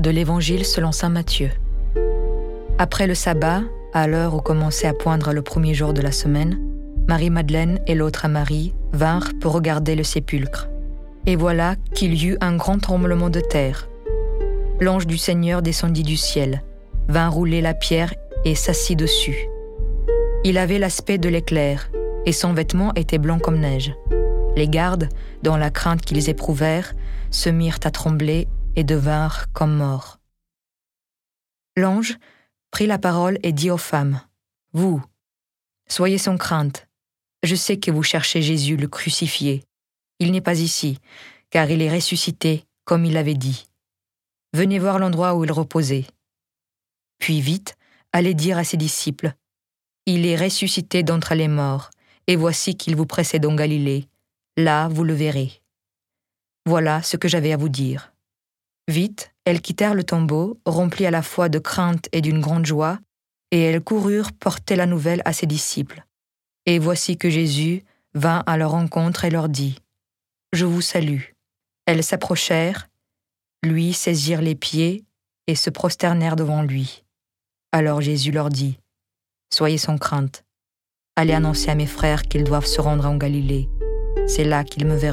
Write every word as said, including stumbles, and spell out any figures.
De l'Évangile selon saint Matthieu. Après le sabbat, à l'heure où commençait à poindre le premier jour de la semaine, Marie-Madeleine et l'autre Marie vinrent pour regarder le sépulcre. Et voilà qu'il y eut un grand tremblement de terre. L'ange du Seigneur descendit du ciel, vint rouler la pierre et s'assit dessus. Il avait l'aspect de l'éclair, et son vêtement était blanc comme neige. Les gardes, dans la crainte qu'ils éprouvèrent, se mirent à trembler et devinrent comme morts. L'ange prit la parole et dit aux femmes, « Vous, soyez sans crainte. Je sais que vous cherchez Jésus le crucifié. Il n'est pas ici, car il est ressuscité, comme il l'avait dit. Venez voir l'endroit où il reposait. Puis vite, allez dire à ses disciples, « Il est ressuscité d'entre les morts, et voici qu'il vous précède en Galilée. Là, vous le verrez. » Voilà ce que j'avais à vous dire. Vite, elles quittèrent le tombeau, remplies à la fois de crainte et d'une grande joie, et elles coururent porter la nouvelle à ses disciples. Et voici que Jésus vint à leur rencontre et leur dit, « Je vous salue. » Elles s'approchèrent, lui saisirent les pieds et se prosternèrent devant lui. Alors Jésus leur dit, « Soyez sans crainte. Allez annoncer à mes frères qu'ils doivent se rendre en Galilée. C'est là qu'ils me verront. »